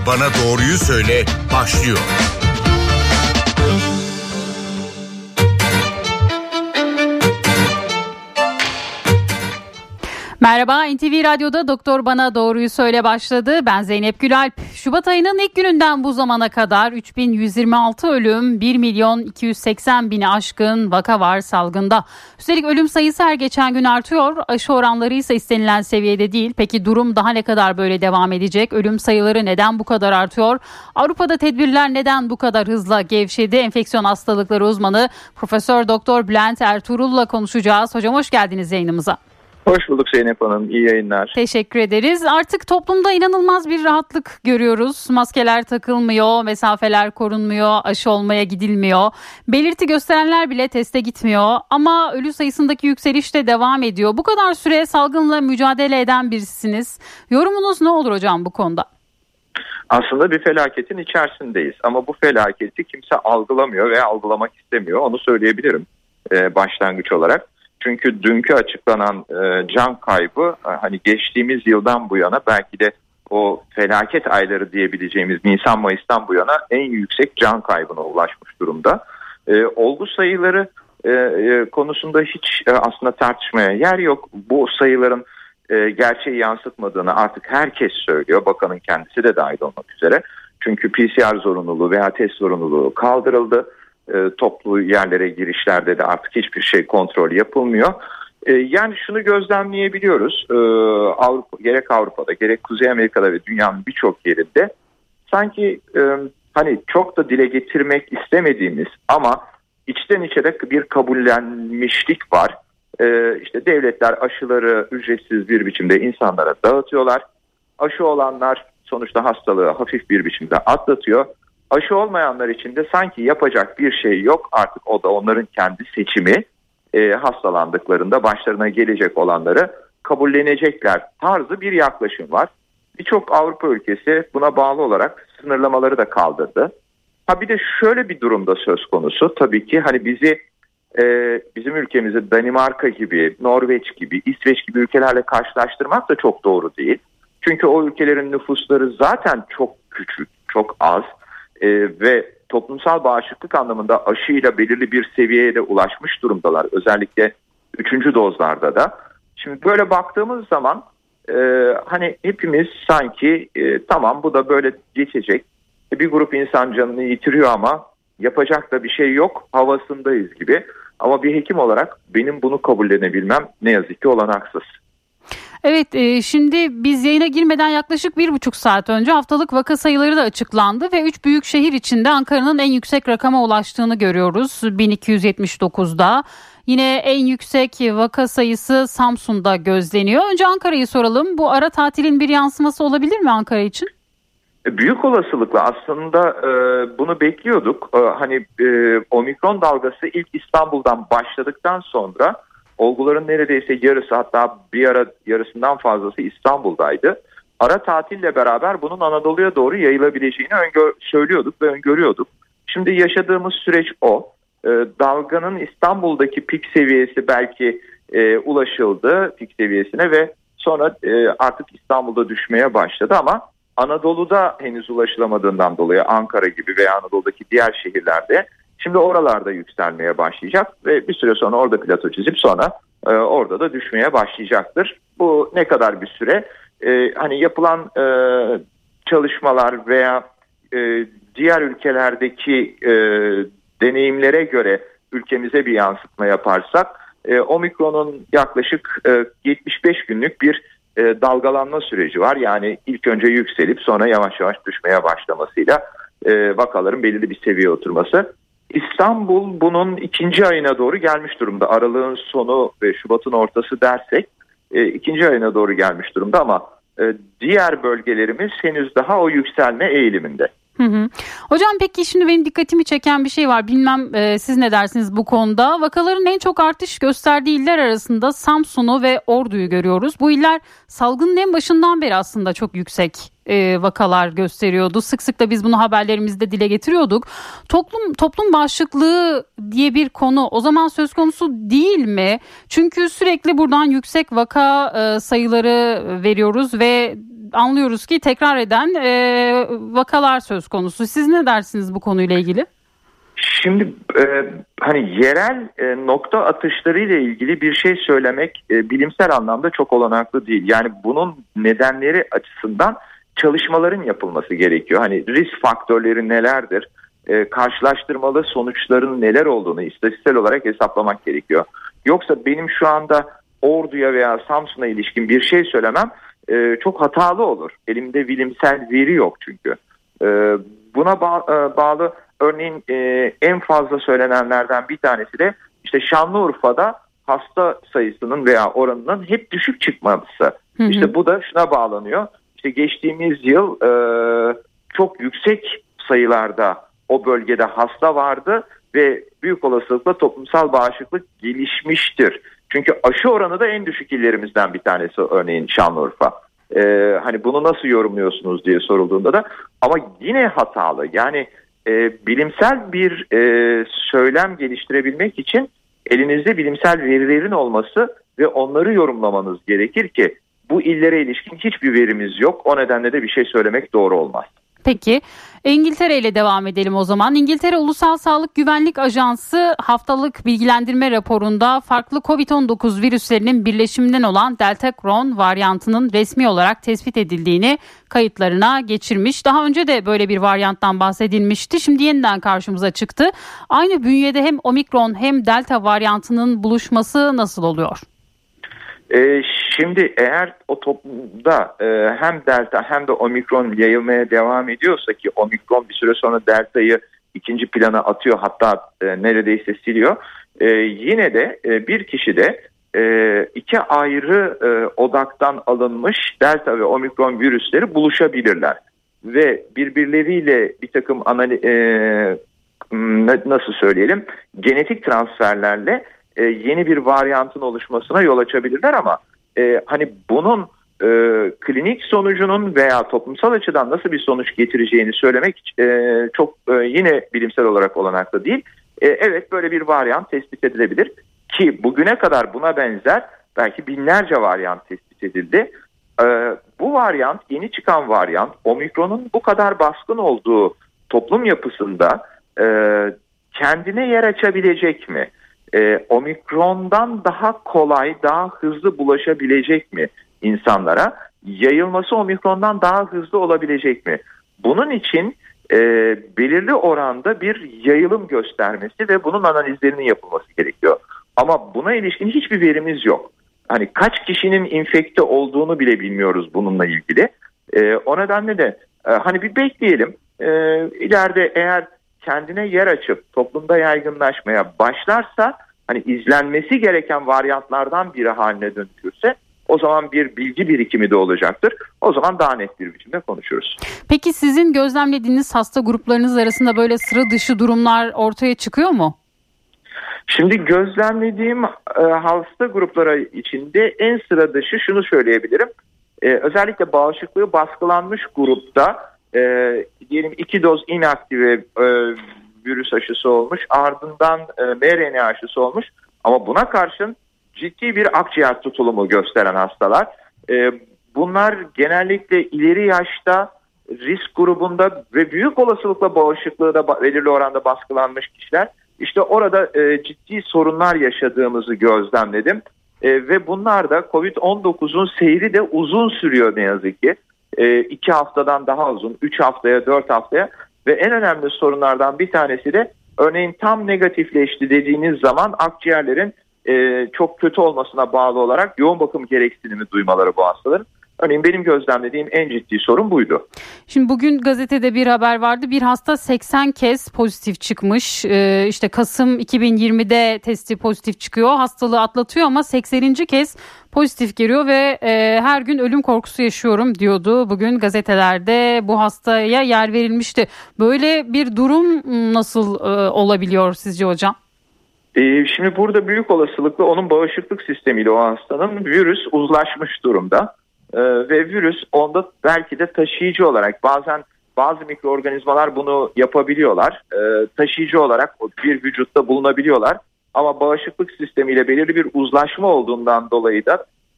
Bana Doğruyu Söyle başlıyor. Merhaba, NTV Radyo'da Doktor Bana Doğruyu Söyle başladı. Ben Zeynep Gülalp. Şubat ayının ilk gününden bu zamana kadar 3126 ölüm, 1.280.000'i aşkın vaka var salgında. Üstelik ölüm sayısı her geçen gün artıyor. Aşı oranları ise istenilen seviyede değil. Peki durum daha ne kadar böyle devam edecek? Ölüm sayıları neden bu kadar artıyor? Avrupa'da tedbirler neden bu kadar hızla gevşedi? Enfeksiyon hastalıkları uzmanı Profesör Doktor Bülent Ertuğrul'la konuşacağız. Hocam hoş geldiniz yayınımıza. Hoş bulduk Zeynep Hanım. İyi yayınlar. Teşekkür ederiz. Artık toplumda inanılmaz bir rahatlık görüyoruz. Maskeler takılmıyor, mesafeler korunmuyor, aşı olmaya gidilmiyor. Belirti gösterenler bile teste gitmiyor. Ama ölü sayısındaki yükseliş de devam ediyor. Bu kadar süre salgınla mücadele eden birisiniz. Yorumunuz ne olur hocam bu konuda? Aslında bir felaketin içerisindeyiz. Ama bu felaketi kimse algılamıyor veya algılamak istemiyor. Onu söyleyebilirim başlangıç olarak. Çünkü dünkü açıklanan can kaybı hani geçtiğimiz yıldan bu yana belki de o felaket ayları diyebileceğimiz Nisan-Mayıs'tan bu yana en yüksek can kaybına ulaşmış durumda. Olgu sayıları konusunda hiç aslında tartışmaya yer yok. Bu sayıların gerçeği yansıtmadığını artık herkes söylüyor. Bakanın kendisi de dahil olmak üzere. Çünkü PCR zorunluluğu veya test zorunluluğu kaldırıldı. Toplu yerlere girişlerde de artık hiçbir şey kontrol yapılmıyor. Yani şunu gözlemleyebiliyoruz. Gerek Avrupa'da gerek Kuzey Amerika'da ve dünyanın birçok yerinde sanki hani çok da dile getirmek istemediğimiz ama içten içe de bir kabullenmişlik var. İşte devletler aşıları ücretsiz bir biçimde insanlara dağıtıyorlar. Aşı olanlar sonuçta hastalığı hafif bir biçimde atlatıyor. Aşı olmayanlar için de sanki yapacak bir şey yok, artık o da onların kendi seçimi, hastalandıklarında başlarına gelecek olanları kabullenecekler tarzı bir yaklaşım var. Birçok Avrupa ülkesi buna bağlı olarak sınırlamaları da kaldırdı. Bir de şöyle bir durumda söz konusu, tabii ki hani bizim ülkemizi Danimarka gibi, Norveç gibi, İsveç gibi ülkelerle karşılaştırmak da çok doğru değil. Çünkü o ülkelerin nüfusları zaten çok küçük, çok az. Ve toplumsal bağışıklık anlamında aşıyla belirli bir seviyeye de ulaşmış durumdalar. Özellikle 3. dozlarda da. Şimdi böyle baktığımız zaman hani hepimiz sanki tamam bu da böyle geçecek. Bir grup insan canını yitiriyor ama yapacak da bir şey yok havasındayız gibi. Ama bir hekim olarak benim bunu kabullenebilmem ne yazık ki olanaksız. Evet, şimdi biz yayına girmeden yaklaşık 1,5 saat önce haftalık vaka sayıları da açıklandı ve 3 büyük şehir içinde Ankara'nın en yüksek rakama ulaştığını görüyoruz 1279'da. Yine en yüksek vaka sayısı Samsun'da gözleniyor. Önce Ankara'yı soralım. Bu ara tatilin bir yansıması olabilir mi Ankara için? Büyük olasılıkla aslında bunu bekliyorduk. Hani omikron dalgası ilk İstanbul'dan başladıktan sonra olguların neredeyse yarısı, hatta bir ara yarısından fazlası İstanbul'daydı. Ara tatille beraber bunun Anadolu'ya doğru yayılabileceğini söylüyorduk ve öngörüyorduk. Şimdi yaşadığımız süreç o. Dalganın İstanbul'daki pik seviyesi belki ulaşıldı pik seviyesine ve sonra artık İstanbul'da düşmeye başladı ama Anadolu'da henüz ulaşılamadığından dolayı Ankara gibi veya Anadolu'daki diğer şehirlerde şimdi oralarda yükselmeye başlayacak ve bir süre sonra orada plato çizip sonra orada da düşmeye başlayacaktır. Bu ne kadar bir süre? Hani yapılan çalışmalar veya diğer ülkelerdeki deneyimlere göre ülkemize bir yansıtma yaparsak omikronun yaklaşık 75 günlük bir dalgalanma süreci var. Yani ilk önce yükselip sonra yavaş yavaş düşmeye başlamasıyla vakaların belirli bir seviyeye oturması. İstanbul bunun 2. ayına doğru gelmiş durumda. Aralığın sonu ve Şubat'ın ortası dersek 2. ayına doğru gelmiş durumda ama diğer bölgelerimiz henüz daha o yükselme eğiliminde. Hocam peki şimdi benim dikkatimi çeken bir şey var. Bilmem siz ne dersiniz bu konuda? Vakaların en çok artış gösterdiği iller arasında Samsun'u ve Ordu'yu görüyoruz. Bu iller salgının en başından beri aslında çok yüksek vakalar gösteriyordu. Sık sık da biz bunu haberlerimizde dile getiriyorduk. Toplum bağışıklığı diye bir konu o zaman söz konusu değil mi? Çünkü sürekli buradan yüksek vaka sayıları veriyoruz ve anlıyoruz ki tekrar eden vakalar söz konusu. Siz ne dersiniz bu konuyla ilgili? Şimdi hani yerel nokta atışlarıyla ilgili bir şey söylemek bilimsel anlamda çok olanaklı değil. Yani bunun nedenleri açısından çalışmaların yapılması gerekiyor. Hani risk faktörleri nelerdir? Karşılaştırmalı sonuçların neler olduğunu istatistiksel olarak hesaplamak gerekiyor. Yoksa benim şu anda Ordu'ya veya Samsun'a ilişkin bir şey söylemem çok hatalı olur. Elimde bilimsel veri yok çünkü. Buna bağlı örneğin en fazla söylenenlerden bir tanesi de işte Şanlıurfa'da hasta sayısının veya oranının hep düşük çıkması. İşte bu da şuna bağlanıyor. İşte geçtiğimiz yıl çok yüksek sayılarda o bölgede hasta vardı ve büyük olasılıkla toplumsal bağışıklık gelişmiştir. Çünkü aşı oranı da en düşük illerimizden bir tanesi örneğin Şanlıurfa. Hani bunu nasıl yorumluyorsunuz diye sorulduğunda da ama yine hatalı. Yani bilimsel bir söylem geliştirebilmek için elinizde bilimsel verilerin olması ve onları yorumlamanız gerekir ki bu illere ilişkin hiçbir verimiz yok. O nedenle de bir şey söylemek doğru olmaz. Peki İngiltere ile devam edelim o zaman. İngiltere Ulusal Sağlık Güvenlik Ajansı haftalık bilgilendirme raporunda farklı COVID-19 virüslerinin birleşiminden olan Delta Kron varyantının resmi olarak tespit edildiğini kayıtlarına geçirmiş. Daha önce de böyle bir varyanttan bahsedilmişti. Şimdi yeniden karşımıza çıktı. Aynı bünyede hem Omikron hem Delta varyantının buluşması nasıl oluyor? Şimdi eğer o toplumda hem Delta hem de Omikron yayılmaya devam ediyorsa ki Omikron bir süre sonra Delta'yı ikinci plana atıyor hatta neredeyse siliyor. Yine de bir kişide iki ayrı odaktan alınmış Delta ve Omikron virüsleri buluşabilirler. Ve birbirleriyle bir takım nasıl söyleyelim genetik transferlerle yeni bir varyantın oluşmasına yol açabilirler ama hani bunun klinik sonucunun veya toplumsal açıdan nasıl bir sonuç getireceğini söylemek çok yine bilimsel olarak olanaklı değil. Evet böyle bir varyant tespit edilebilir ki bugüne kadar buna benzer belki binlerce varyant tespit edildi. Bu varyant yeni çıkan varyant Omikron'un bu kadar baskın olduğu toplum yapısında kendine yer açabilecek mi? Omikron'dan daha kolay, daha hızlı bulaşabilecek mi insanlara? Yayılması Omikron'dan daha hızlı olabilecek mi? Bunun için belirli oranda bir yayılım göstermesi ve bunun analizlerinin yapılması gerekiyor. Ama buna ilişkin hiçbir verimiz yok. Hani kaç kişinin infekte olduğunu bile bilmiyoruz bununla ilgili. O nedenle de hani bir bekleyelim. İleride eğer kendine yer açıp toplumda yaygınlaşmaya başlarsa hani izlenmesi gereken varyantlardan biri haline dönüşürse o zaman bir bilgi birikimi de olacaktır. O zaman daha net bir biçimde konuşuruz. Peki sizin gözlemlediğiniz hasta gruplarınız arasında böyle sıra dışı durumlar ortaya çıkıyor mu? Şimdi gözlemlediğim hasta grupları içinde en sıra dışı şunu söyleyebilirim. Özellikle bağışıklığı baskılanmış grupta diyelim 2 doz inaktive virüs aşısı olmuş, ardından mRNA aşısı olmuş ama buna karşın ciddi bir akciğer tutulumu gösteren hastalar. Bunlar genellikle ileri yaşta, risk grubunda ve büyük olasılıkla bağışıklığı da belirli oranda baskılanmış kişiler. İşte orada ciddi sorunlar yaşadığımızı gözlemledim. Ve bunlar da COVID-19'un seyri de uzun sürüyor ne yazık ki. 2 haftadan daha uzun, 3 haftaya, 4 haftaya ve en önemli sorunlardan bir tanesi de örneğin tam negatifleşti dediğiniz zaman akciğerlerin çok kötü olmasına bağlı olarak yoğun bakım gereksinimi duymaları bu hastaların. Örneğin benim gözlemlediğim en ciddi sorun buydu. Şimdi bugün gazetede bir haber vardı. Bir hasta 80 kez pozitif çıkmış. İşte Kasım 2020'de testi pozitif çıkıyor. Hastalığı atlatıyor ama 80. kez pozitif geliyor ve her gün ölüm korkusu yaşıyorum diyordu. Bugün gazetelerde bu hastaya yer verilmişti. Böyle bir durum nasıl olabiliyor sizce hocam? Şimdi burada büyük olasılıkla onun bağışıklık sistemiyle o hastanın virüs uzlaşmış durumda. Ve virüs onda belki de taşıyıcı olarak bazen bazı mikroorganizmalar bunu yapabiliyorlar. Taşıyıcı olarak bir vücutta bulunabiliyorlar. Ama bağışıklık sistemiyle belirli bir uzlaşma olduğundan dolayı da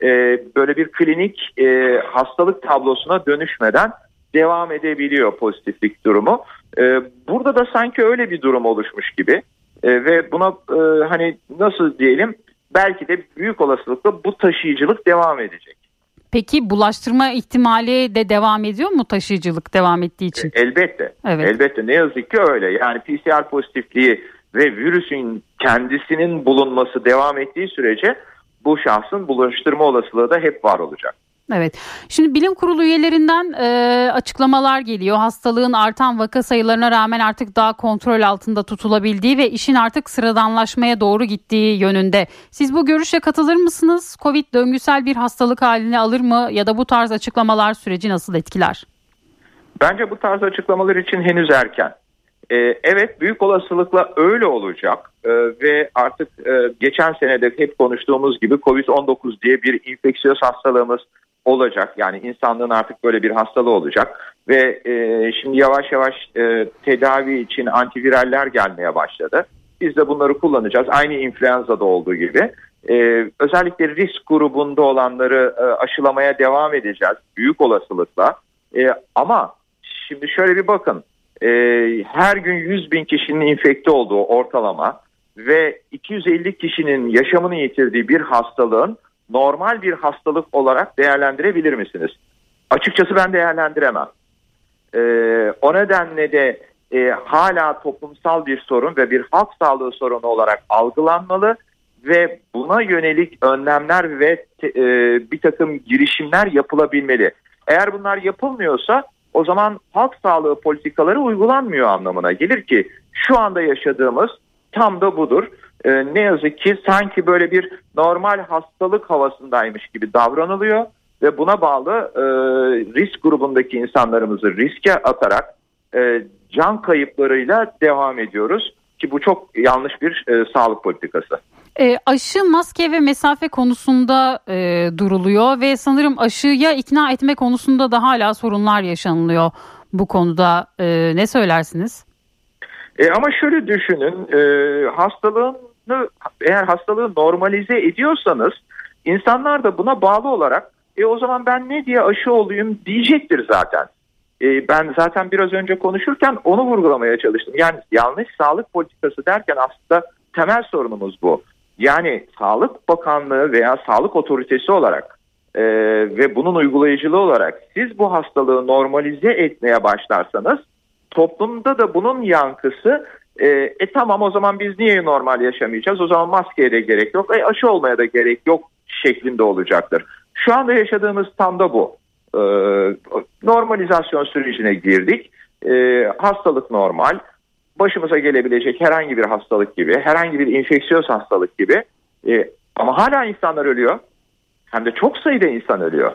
böyle bir klinik hastalık tablosuna dönüşmeden devam edebiliyor pozitiflik durumu. Burada da sanki öyle bir durum oluşmuş gibi ve buna hani nasıl diyelim, belki de büyük olasılıkla bu taşıyıcılık devam edecek. Peki bulaştırma ihtimali de devam ediyor mu taşıyıcılık devam ettiği için? Elbette. Evet. Elbette, ne yazık ki öyle. Yani PCR pozitifliği ve virüsün kendisinin bulunması devam ettiği sürece bu şahsın bulaştırma olasılığı da hep var olacak. Evet. Şimdi bilim kurulu üyelerinden açıklamalar geliyor. Hastalığın artan vaka sayılarına rağmen artık daha kontrol altında tutulabildiği ve işin artık sıradanlaşmaya doğru gittiği yönünde. Siz bu görüşe katılır mısınız? Covid döngüsel bir hastalık haline alır mı ya da bu tarz açıklamalar süreci nasıl etkiler? Bence bu tarz açıklamalar için henüz erken. Evet, büyük olasılıkla öyle olacak ve artık geçen sene de hep konuştuğumuz gibi Covid-19 diye bir infeksiyöz hastalığımız olacak. Yani insanlığın artık böyle bir hastalığı olacak ve şimdi yavaş yavaş tedavi için antiviraller gelmeye başladı. Biz de bunları kullanacağız. Aynı influenza'da olduğu gibi. Özellikle risk grubunda olanları aşılamaya devam edeceğiz büyük olasılıkla. Ama şimdi şöyle bir bakın. Her gün 100.000 kişinin infekte olduğu ortalama ve 250 kişinin yaşamını yitirdiği bir hastalığın normal bir hastalık olarak değerlendirebilir misiniz? Açıkçası ben değerlendiremem. O nedenle de hala toplumsal bir sorun ve bir halk sağlığı sorunu olarak algılanmalı ve buna yönelik önlemler ve bir takım girişimler yapılabilmeli. Eğer bunlar yapılmıyorsa o zaman halk sağlığı politikaları uygulanmıyor anlamına gelir ki şu anda yaşadığımız tam da budur. Ne yazık ki sanki böyle bir normal hastalık havasındaymış gibi davranılıyor ve buna bağlı risk grubundaki insanlarımızı riske atarak can kayıplarıyla devam ediyoruz ki bu çok yanlış bir sağlık politikası. Aşı, maske ve mesafe konusunda duruluyor ve sanırım aşıya ikna etme konusunda da hala sorunlar yaşanılıyor bu konuda. Ne söylersiniz? Ama şöyle düşünün, eğer hastalığı normalize ediyorsanız insanlar da buna bağlı olarak o zaman ben ne diye aşı olayım diyecektir zaten. Ben zaten biraz önce konuşurken onu vurgulamaya çalıştım. Yani yanlış sağlık politikası derken aslında temel sorunumuz bu. Yani Sağlık Bakanlığı veya Sağlık Otoritesi olarak ve bunun uygulayıcılığı olarak siz bu hastalığı normalize etmeye başlarsanız toplumda da bunun yankısı tamam o zaman biz niye normal yaşamayacağız, o zaman maskeye de gerek yok, aşı olmaya da gerek yok şeklinde olacaktır. Şu anda yaşadığımız tam da bu. Normalizasyon sürecine girdik. Hastalık normal. Başımıza gelebilecek herhangi bir hastalık gibi, herhangi bir infeksiyöz hastalık gibi ama hala insanlar ölüyor. Hem de çok sayıda insan ölüyor.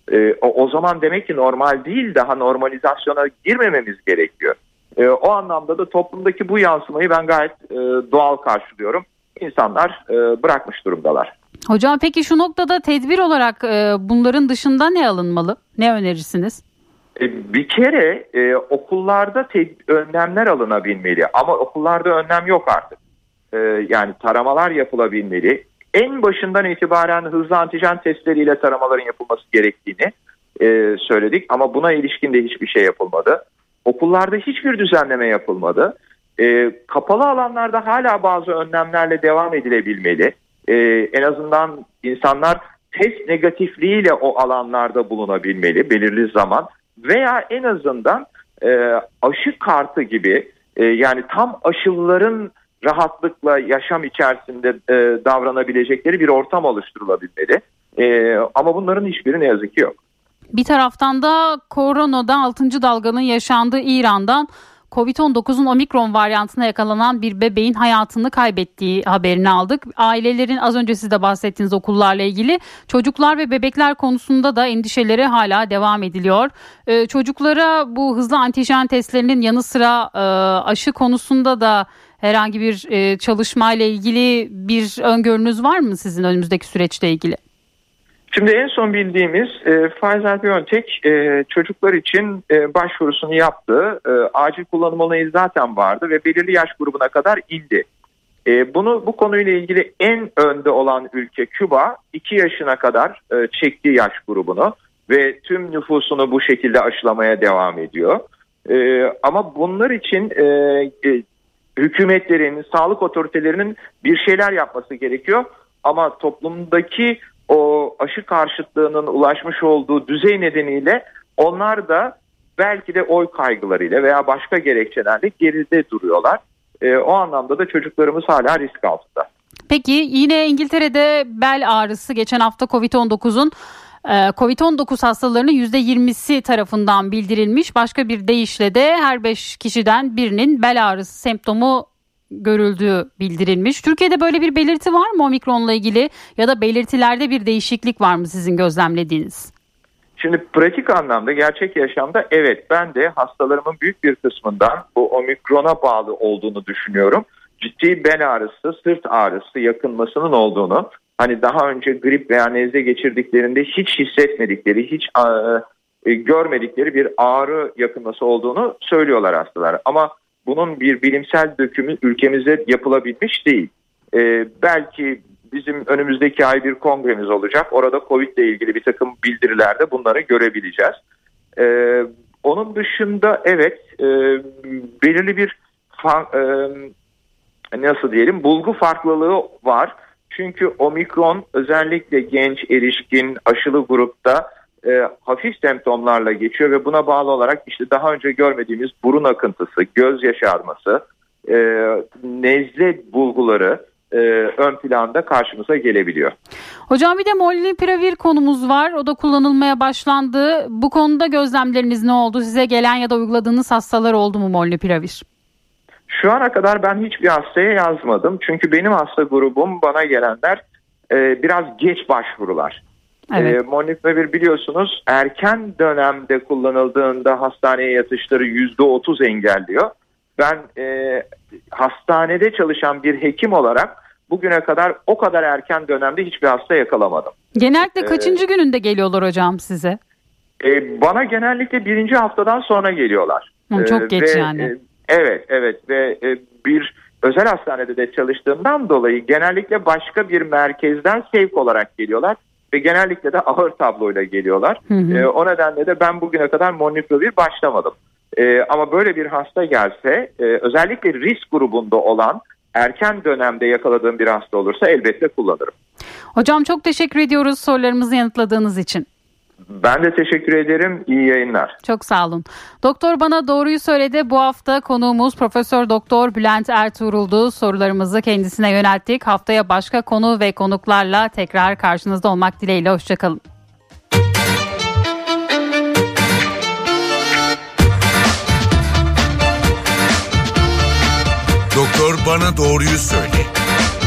O zaman demek ki normal değil, daha normalizasyona girmememiz gerekiyor. O anlamda da toplumdaki bu yansımayı ben gayet doğal karşılıyorum. İnsanlar bırakmış durumdalar. Hocam peki şu noktada tedbir olarak bunların dışında ne alınmalı? Ne önerirsiniz? Bir kere okullarda önlemler alınabilmeli ama okullarda önlem yok artık. Yani taramalar yapılabilmeli. En başından itibaren hızlı antijen testleriyle taramaların yapılması gerektiğini söyledik ama buna ilişkin de hiçbir şey yapılmadı. Okullarda hiçbir düzenleme yapılmadı. Kapalı alanlarda hala bazı önlemlerle devam edilebilmeli. En azından insanlar test negatifliğiyle o alanlarda bulunabilmeli belirli zaman. Veya en azından aşı kartı gibi yani tam aşılıların rahatlıkla yaşam içerisinde davranabilecekleri bir ortam oluşturulabilmeli. Ama bunların hiçbiri ne yazık ki yok. Bir taraftan da koronada 6. dalganın yaşandığı İran'dan Covid-19'un omikron varyantına yakalanan bir bebeğin hayatını kaybettiği haberini aldık. Ailelerin az önce siz de bahsettiğiniz okullarla ilgili çocuklar ve bebekler konusunda da endişeleri hala devam ediliyor. Çocuklara bu hızlı antijen testlerinin yanı sıra aşı konusunda da herhangi bir çalışmayla ilgili bir öngörünüz var mı sizin önümüzdeki süreçle ilgili? Şimdi en son bildiğimiz Pfizer-BioNTech çocuklar için başvurusunu yaptı. Acil kullanım onayı zaten vardı ve belirli yaş grubuna kadar indi. Bu konuyla ilgili en önde olan ülke Küba, 2 yaşına kadar çekti yaş grubunu ve tüm nüfusunu bu şekilde aşılamaya devam ediyor. Ama bunlar için hükümetlerin, sağlık otoritelerinin bir şeyler yapması gerekiyor. Ama toplumdaki o aşı karşıtlığının ulaşmış olduğu düzey nedeniyle onlar da belki de oy kaygılarıyla veya başka gerekçelerle geride duruyorlar. O anlamda da çocuklarımız hala risk altında. Peki yine İngiltere'de bel ağrısı geçen hafta Covid-19 hastalarının %20'si tarafından bildirilmiş. Başka bir deyişle de her 5 kişiden birinin bel ağrısı semptomu görüldüğü bildirilmiş. Türkiye'de böyle bir belirti var mı omikronla ilgili ya da belirtilerde bir değişiklik var mı sizin gözlemlediğiniz? Şimdi pratik anlamda, gerçek yaşamda evet, ben de hastalarımın büyük bir kısmından bu omikrona bağlı olduğunu düşünüyorum. Ciddi bel ağrısı, sırt ağrısı, yakınmasının olduğunu, hani daha önce grip veya nezle geçirdiklerinde hiç hissetmedikleri, hiç görmedikleri bir ağrı yakınması olduğunu söylüyorlar hastalar. Ama bunun bir bilimsel dökümü ülkemizde yapılabilmiş değil. Belki bizim önümüzdeki ay bir kongremiz olacak. Orada Covid ile ilgili bir takım bildirilerde bunları görebileceğiz. Onun dışında evet, belirli bir bulgu farklılığı var. Çünkü omikron özellikle genç, erişkin, aşılı grupta hafif semptomlarla geçiyor ve buna bağlı olarak işte daha önce görmediğimiz burun akıntısı, göz yaşarması, nezle bulguları ön planda karşımıza gelebiliyor. Hocam bir de molnupiravir konumuz var. O da kullanılmaya başlandı. Bu konuda gözlemleriniz ne oldu? Size gelen ya da uyguladığınız hastalar oldu mu molnupiravir? Şu ana kadar ben hiçbir hastaya yazmadım. Çünkü benim hasta grubum, bana gelenler biraz geç başvurular. Evet. Molnupiravir biliyorsunuz erken dönemde kullanıldığında hastaneye yatışları %30 engelliyor. Ben hastanede çalışan bir hekim olarak bugüne kadar o kadar erken dönemde hiçbir hasta yakalamadım. Genellikle kaçıncı gününde geliyorlar hocam size? Bana genellikle 1. haftadan sonra geliyorlar. Çok geç yani. Evet ve bir özel hastanede de çalıştığımdan dolayı genellikle başka bir merkezden sevk olarak geliyorlar ve genellikle de ağır tabloyla geliyorlar. O nedenle de ben bugüne kadar molnupiravir başlamadım. Ama böyle bir hasta gelse, özellikle risk grubunda olan, erken dönemde yakaladığım bir hasta olursa elbette kullanırım. Hocam çok teşekkür ediyoruz sorularımızı yanıtladığınız için. Ben de teşekkür ederim. İyi yayınlar. Çok sağ olun. Doktor Bana Doğruyu Söyledi. Bu hafta konuğumuz Profesör Doktor Bülent Ertuğrul'du. Sorularımızı kendisine yönelttik. Haftaya başka konu ve konuklarla tekrar karşınızda olmak dileğiyle. Hoşçakalın. Doktor Bana Doğruyu Söyle.